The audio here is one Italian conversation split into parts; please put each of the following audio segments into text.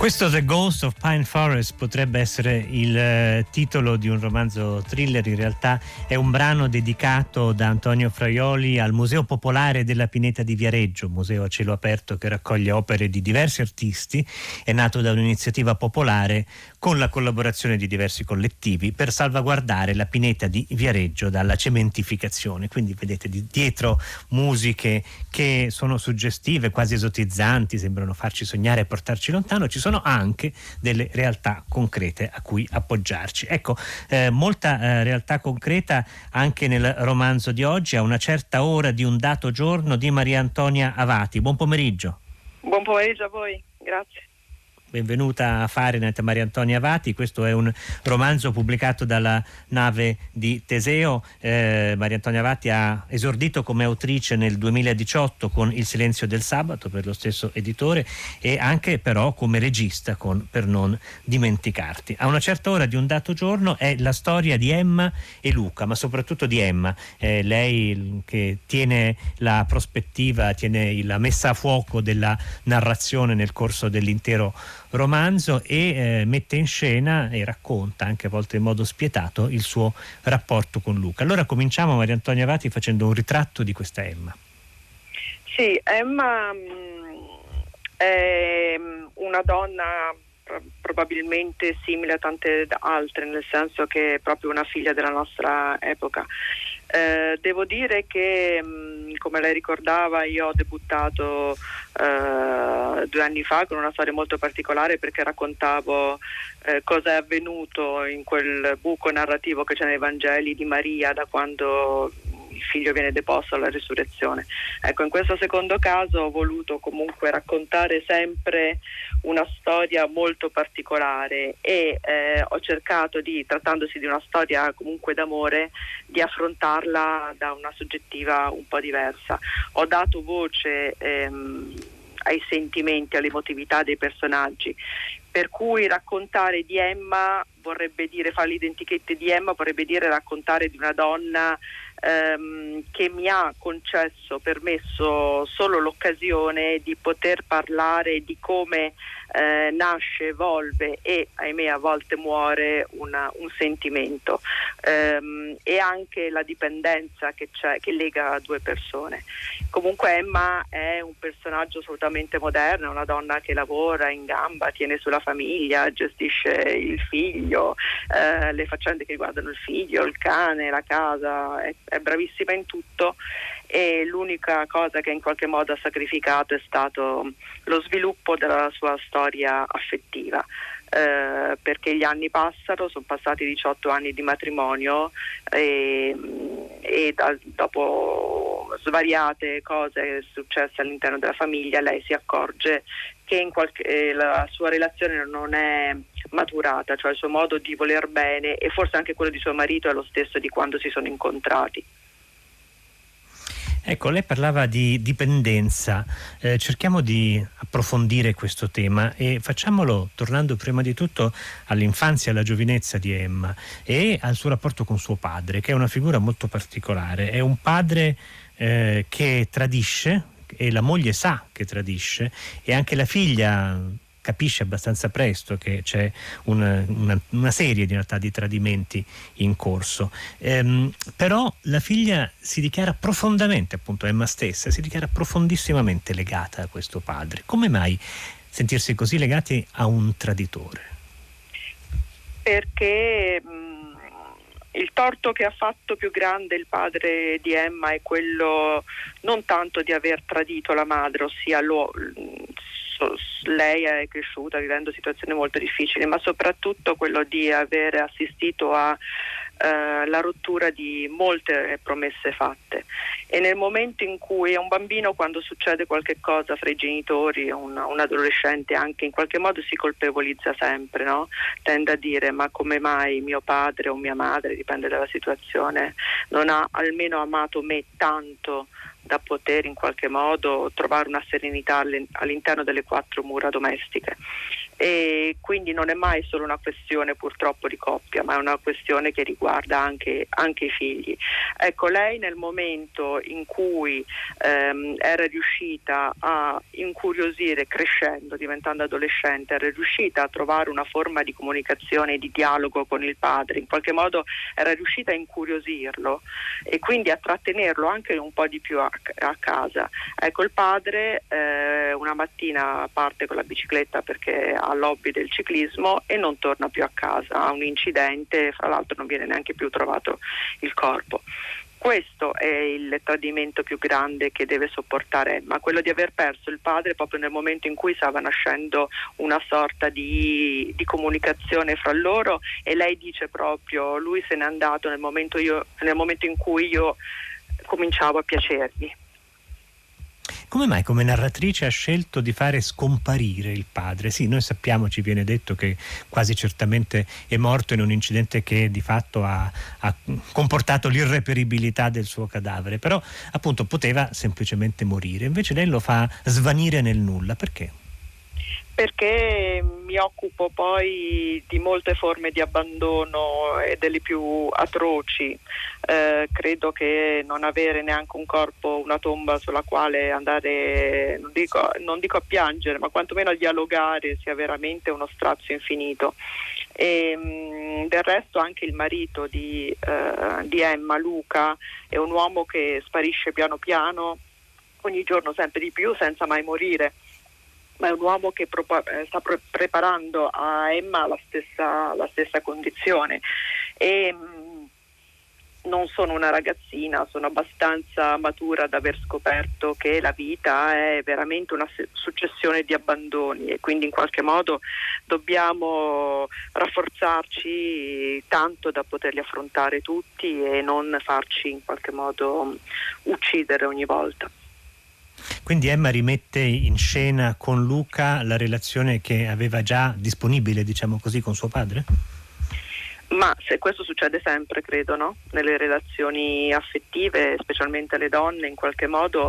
Questo The Ghost of Pine Forest potrebbe essere il titolo di un romanzo thriller. In realtà è un brano dedicato da Antonio Fraioli al Museo Popolare della Pineta di Viareggio, museo a cielo aperto che raccoglie opere di diversi artisti. È nato da un'iniziativa popolare con la collaborazione di diversi collettivi per salvaguardare la Pineta di Viareggio dalla cementificazione. Quindi vedete dietro musiche che sono suggestive, quasi esotizzanti, sembrano farci sognare e portarci lontano. Ci sono anche delle realtà concrete a cui appoggiarci. Ecco, molta realtà concreta anche nel romanzo di oggi, a una certa ora di un dato giorno, di Maria Antonia Avati. Buon pomeriggio. Buon pomeriggio a voi, grazie. Benvenuta a Fahrenheit, Maria Antonia Avati. Questo è un romanzo pubblicato dalla Nave di Teseo. Maria Antonia Avati ha esordito come autrice nel 2018 con Il silenzio del sabato per lo stesso editore, e anche però come regista con Per non dimenticarti. A una certa ora di un dato giorno è la storia di Emma e Luca, ma soprattutto di Emma, lei che tiene la prospettiva, tiene la messa a fuoco della narrazione nel corso dell'intero romanzo, e mette in scena e racconta anche a volte in modo spietato il suo rapporto con Luca. Allora cominciamo, Maria Antonia Avati, facendo un ritratto di questa Emma. Sì, Emma è una donna probabilmente simile a tante altre, nel senso che è proprio una figlia della nostra epoca. Devo dire che, come lei ricordava, io ho debuttato 2 anni fa con una storia molto particolare, perché raccontavo cosa è avvenuto in quel buco narrativo che c'è nei Vangeli di Maria da quando il figlio viene deposto alla risurrezione. Ecco, in questo secondo caso ho voluto comunque raccontare sempre una storia molto particolare, e ho cercato di, trattandosi di una storia comunque d'amore, di affrontarla da una soggettiva un po' diversa. Ho dato voce ai sentimenti, all'emotività dei personaggi, per cui raccontare di Emma vorrebbe dire, fare l'identichetta di Emma vorrebbe dire raccontare di una donna che mi ha permesso solo l'occasione di poter parlare di come nasce, evolve e, ahimè, a volte muore un sentimento, e anche la dipendenza che c'è, che lega 2 persone. Comunque Emma è un personaggio assolutamente moderno, una donna che lavora in gamba, tiene sulla famiglia, gestisce il figlio, le faccende che riguardano il figlio, il cane, la casa, è bravissima in tutto, e l'unica cosa che in qualche modo ha sacrificato è stato lo sviluppo della sua storia affettiva, perché gli anni passano, sono passati 18 anni di matrimonio, e dopo svariate cose successe all'interno della famiglia lei si accorge che la sua relazione non è maturata, cioè il suo modo di voler bene, e forse anche quello di suo marito, è lo stesso di quando si sono incontrati. Ecco, lei parlava di dipendenza, cerchiamo di approfondire questo tema e facciamolo tornando prima di tutto all'infanzia e alla giovinezza di Emma e al suo rapporto con suo padre, che è una figura molto particolare. È un padre che tradisce, e la moglie sa che tradisce, e anche la figlia capisce abbastanza presto che c'è una serie di tradimenti in corso, però la figlia si dichiara profondamente, appunto Emma stessa, si dichiara profondissimamente legata a questo padre. Come mai sentirsi così legati a un traditore? Perché il torto che ha fatto più grande il padre di Emma è quello non tanto di aver tradito la madre, ossia lei è cresciuta vivendo situazioni molto difficili, ma soprattutto quello di aver assistito alla rottura di molte promesse fatte. E nel momento in cui un bambino, quando succede qualche cosa fra i genitori, un adolescente anche, in qualche modo si colpevolizza sempre, no? Tende a dire: ma come mai mio padre o mia madre, dipende dalla situazione, non ha almeno amato me tanto da poter in qualche modo trovare una serenità all'interno delle 4 mura domestiche. e quindi non è mai solo una questione purtroppo di coppia, ma è una questione che riguarda anche i figli. Ecco, lei nel momento in cui era riuscita a incuriosire, crescendo, diventando adolescente, era riuscita a trovare una forma di comunicazione e di dialogo con il padre, in qualche modo era riuscita a incuriosirlo e quindi a trattenerlo anche un po' di più a casa. Ecco, il padre una mattina parte con la bicicletta perché ha l'hobby del ciclismo e non torna più a casa, ha un incidente, fra l'altro non viene neanche più trovato il corpo. Questo è il tradimento più grande che deve sopportare Emma, quello di aver perso il padre proprio nel momento in cui stava nascendo una sorta di comunicazione fra loro, e lei dice proprio: lui se n'è andato nel momento in cui io cominciavo a piacergli. Come mai come narratrice ha scelto di fare scomparire il padre? Sì, noi sappiamo, ci viene detto che quasi certamente è morto in un incidente che di fatto ha comportato l'irreperibilità del suo cadavere, però appunto poteva semplicemente morire, invece lei lo fa svanire nel nulla. Perché? Perché mi occupo poi di molte forme di abbandono e delle più atroci. Credo che non avere neanche un corpo, una tomba sulla quale andare, non dico a piangere, ma quantomeno a dialogare, sia veramente uno strazio infinito. E del resto anche il marito di Emma, Luca, è un uomo che sparisce piano piano, ogni giorno sempre di più, senza mai morire. Ma è un uomo che sta preparando a Emma la stessa condizione. E non sono una ragazzina, sono abbastanza matura ad aver scoperto che la vita è veramente una successione di abbandoni, e quindi in qualche modo dobbiamo rafforzarci tanto da poterli affrontare tutti e non farci in qualche modo uccidere ogni volta. Quindi Emma rimette in scena con Luca la relazione che aveva già disponibile, diciamo così, con suo padre? Ma se questo succede sempre, credo, no? Nelle relazioni affettive, specialmente le donne, in qualche modo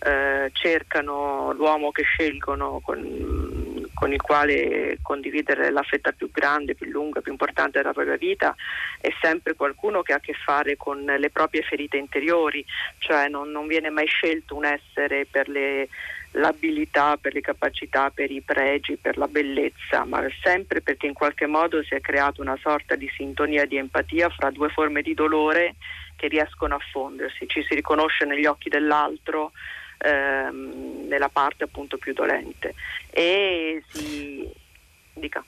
cercano l'uomo che scelgono, con il quale condividere la fetta più grande, più lunga, più importante della propria vita. È sempre qualcuno che ha a che fare con le proprie ferite interiori, cioè non viene mai scelto un essere per l'abilità, per le capacità, per i pregi, per la bellezza, ma sempre perché in qualche modo si è creata una sorta di sintonia, di empatia fra due forme di dolore che riescono a fondersi, ci si riconosce negli occhi dell'altro, nella parte appunto più dolente, e si dica.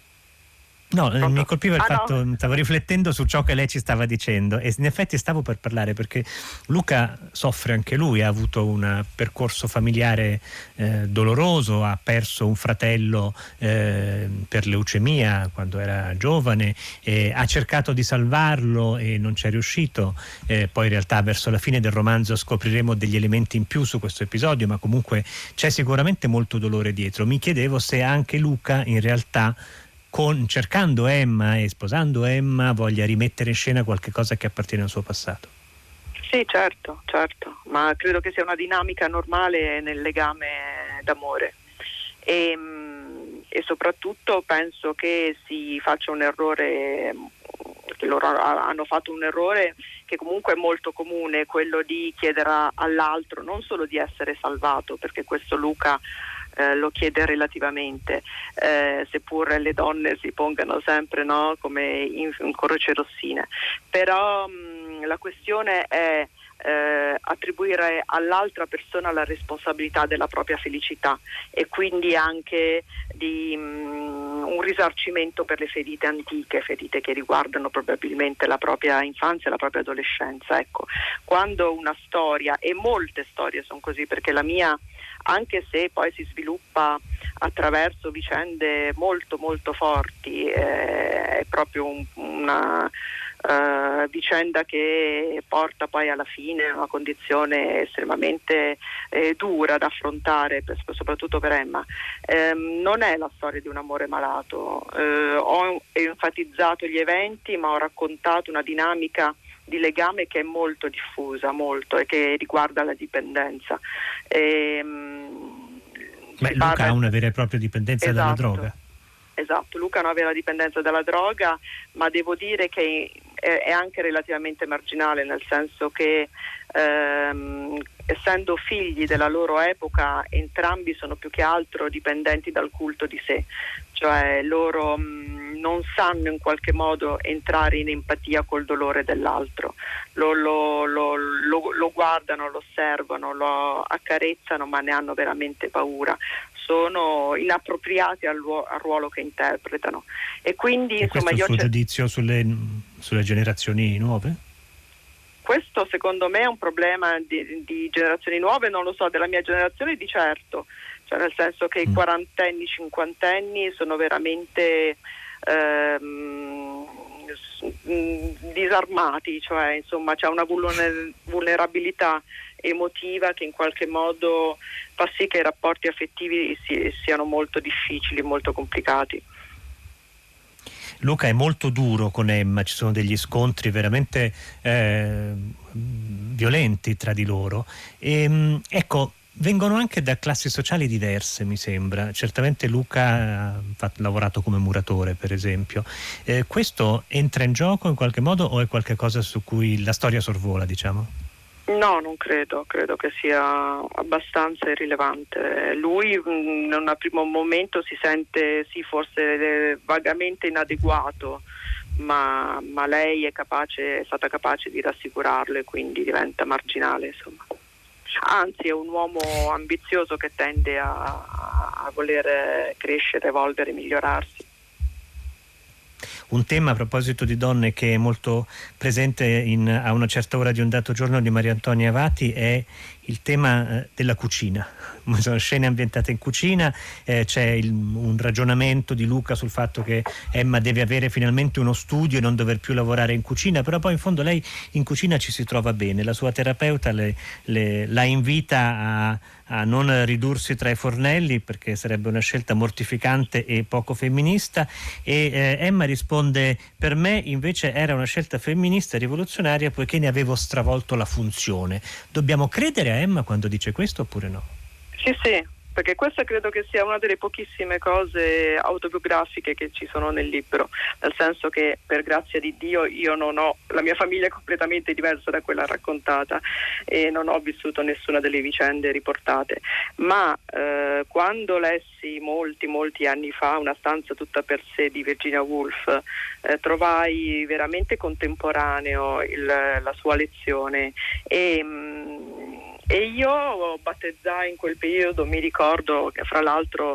No, mi colpiva il fatto, no. Stavo riflettendo su ciò che lei ci stava dicendo e in effetti stavo per parlare, perché Luca soffre anche lui, ha avuto un percorso familiare doloroso, ha perso un fratello per leucemia quando era giovane, ha cercato di salvarlo e non ci è riuscito, poi in realtà verso la fine del romanzo scopriremo degli elementi in più su questo episodio, ma comunque c'è sicuramente molto dolore dietro. Mi chiedevo se anche Luca in realtà, cercando Emma e sposando Emma, voglia rimettere in scena qualche cosa che appartiene al suo passato. Sì, certo, ma credo che sia una dinamica normale nel legame d'amore e soprattutto penso che si faccia un errore, che loro hanno fatto un errore che comunque è molto comune, quello di chiedere all'altro non solo di essere salvato, perché questo Luca lo chiede relativamente, seppur le donne si pongano sempre, no, come in croce rossine, però la questione è attribuire all'altra persona la responsabilità della propria felicità e quindi anche di un risarcimento per le ferite antiche, ferite che riguardano probabilmente la propria infanzia e la propria adolescenza. Ecco, quando una storia, e molte storie sono così, perché la mia, anche se poi si sviluppa attraverso vicende molto molto forti, è proprio una vicenda che porta poi alla fine a una condizione estremamente dura da affrontare, soprattutto per Emma. Non è la storia di un amore malato, ho enfatizzato gli eventi, ma ho raccontato una dinamica di legame che è molto diffusa, molto, e che riguarda la dipendenza. Luca ha una vera e propria dipendenza dalla esatto, droga. Esatto, Luca non aveva la dipendenza dalla droga, ma devo dire che è anche relativamente marginale, nel senso che essendo figli della loro epoca, entrambi sono più che altro dipendenti dal culto di sé, cioè loro non sanno in qualche modo entrare in empatia col dolore dell'altro, lo guardano, lo osservano, lo accarezzano, ma ne hanno veramente paura. Sono inappropriati al ruolo che interpretano, e quindi questo è il suo giudizio sulle generazioni nuove? Questo secondo me è un problema di generazioni nuove, non lo so, della mia generazione di certo, cioè nel senso che i quarantenni, cinquantenni sono veramente disarmati, cioè insomma c'è una vulnerabilità emotiva che in qualche modo fa sì che i rapporti affettivi siano molto difficili, molto complicati. Luca è molto duro con Emma, ci sono degli scontri veramente violenti tra di loro. Ecco, vengono anche da classi sociali diverse, mi sembra. Certamente Luca ha lavorato come muratore, per esempio. Questo entra in gioco in qualche modo o è qualcosa su cui la storia sorvola, diciamo? No, non credo che sia abbastanza irrilevante. Lui in un primo momento si sente sì, forse vagamente inadeguato, ma lei è stata capace di rassicurarlo, e quindi diventa marginale, insomma. Anzi, è un uomo ambizioso che tende a voler crescere, evolvere, migliorarsi. Un tema a proposito di donne che è molto presente a una certa ora di Un dato giorno di Maria Antonia Avati è il tema della cucina. Sono scene ambientate in cucina, c'è un ragionamento di Luca sul fatto che Emma deve avere finalmente uno studio e non dover più lavorare in cucina, però poi in fondo lei in cucina ci si trova bene. La sua terapeuta la invita a non ridursi tra i fornelli perché sarebbe una scelta mortificante e poco femminista, e Emma risponde: per me invece era una scelta femminista e rivoluzionaria poiché ne avevo stravolto la funzione. Dobbiamo credere a Emma quando dice questo oppure no? Sì, perché questa credo che sia una delle pochissime cose autobiografiche che ci sono nel libro, nel senso che per grazia di Dio io non ho, la mia famiglia è completamente diversa da quella raccontata e non ho vissuto nessuna delle vicende riportate, ma quando lessi molti anni fa Una stanza tutta per sé di Virginia Woolf, trovai veramente contemporaneo la sua lezione, e io battezzai in quel periodo, mi ricordo che fra l'altro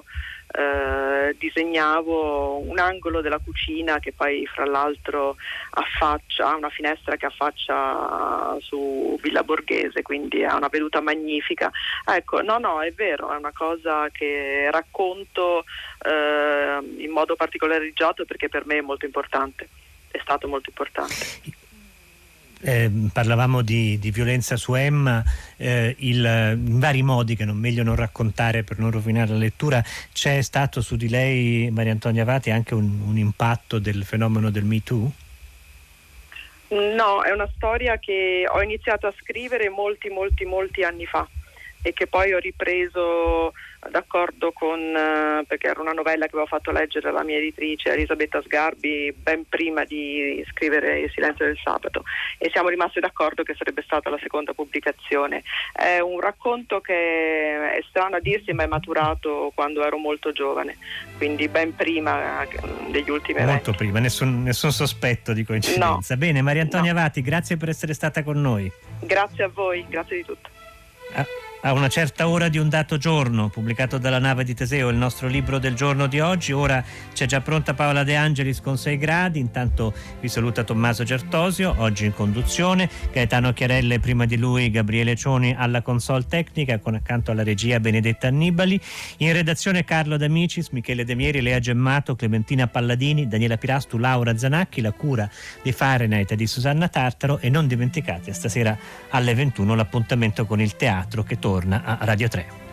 disegnavo un angolo della cucina che poi fra l'altro ha una finestra che affaccia su Villa Borghese, quindi ha una veduta magnifica. Ecco, no, è vero, è una cosa che racconto in modo particolareggiato perché per me è molto importante, è stato molto importante. Parlavamo di violenza su Emma, in vari modi che non meglio non raccontare per non rovinare la lettura. C'è stato su di lei, Maria Antonia Avati, anche un impatto del fenomeno del Me Too? No, è una storia che ho iniziato a scrivere molti anni fa e che poi ho ripreso d'accordo perché era una novella che avevo fatto leggere alla mia editrice Elisabetta Sgarbi ben prima di scrivere Il silenzio del sabato, e siamo rimasti d'accordo che sarebbe stata la seconda pubblicazione. È un racconto che è strano a dirsi, ma è maturato quando ero molto giovane, quindi ben prima degli ultimi eventi. Molto prima, nessun sospetto di coincidenza. No. Bene, Maria Antonia Avati, grazie per essere stata con noi. Grazie a voi, grazie di tutto. A una certa ora di Un dato giorno, pubblicato dalla Nave di Teseo, il nostro libro del giorno di oggi. Ora c'è già pronta Paola De Angelis con 6 gradi. Intanto vi saluta Tommaso Gertosio, oggi in conduzione, Gaetano Chiarelle, prima di lui Gabriele Cioni alla console tecnica, con accanto alla regia Benedetta Annibali. In redazione Carlo D'Amicis, Michele De Mieri, Lea Gemmato, Clementina Palladini, Daniela Pirastu, Laura Zanacchi, la cura di Fahrenheit di Susanna Tartaro, e non dimenticate stasera alle 21 l'appuntamento con il teatro che torna a Radio 3.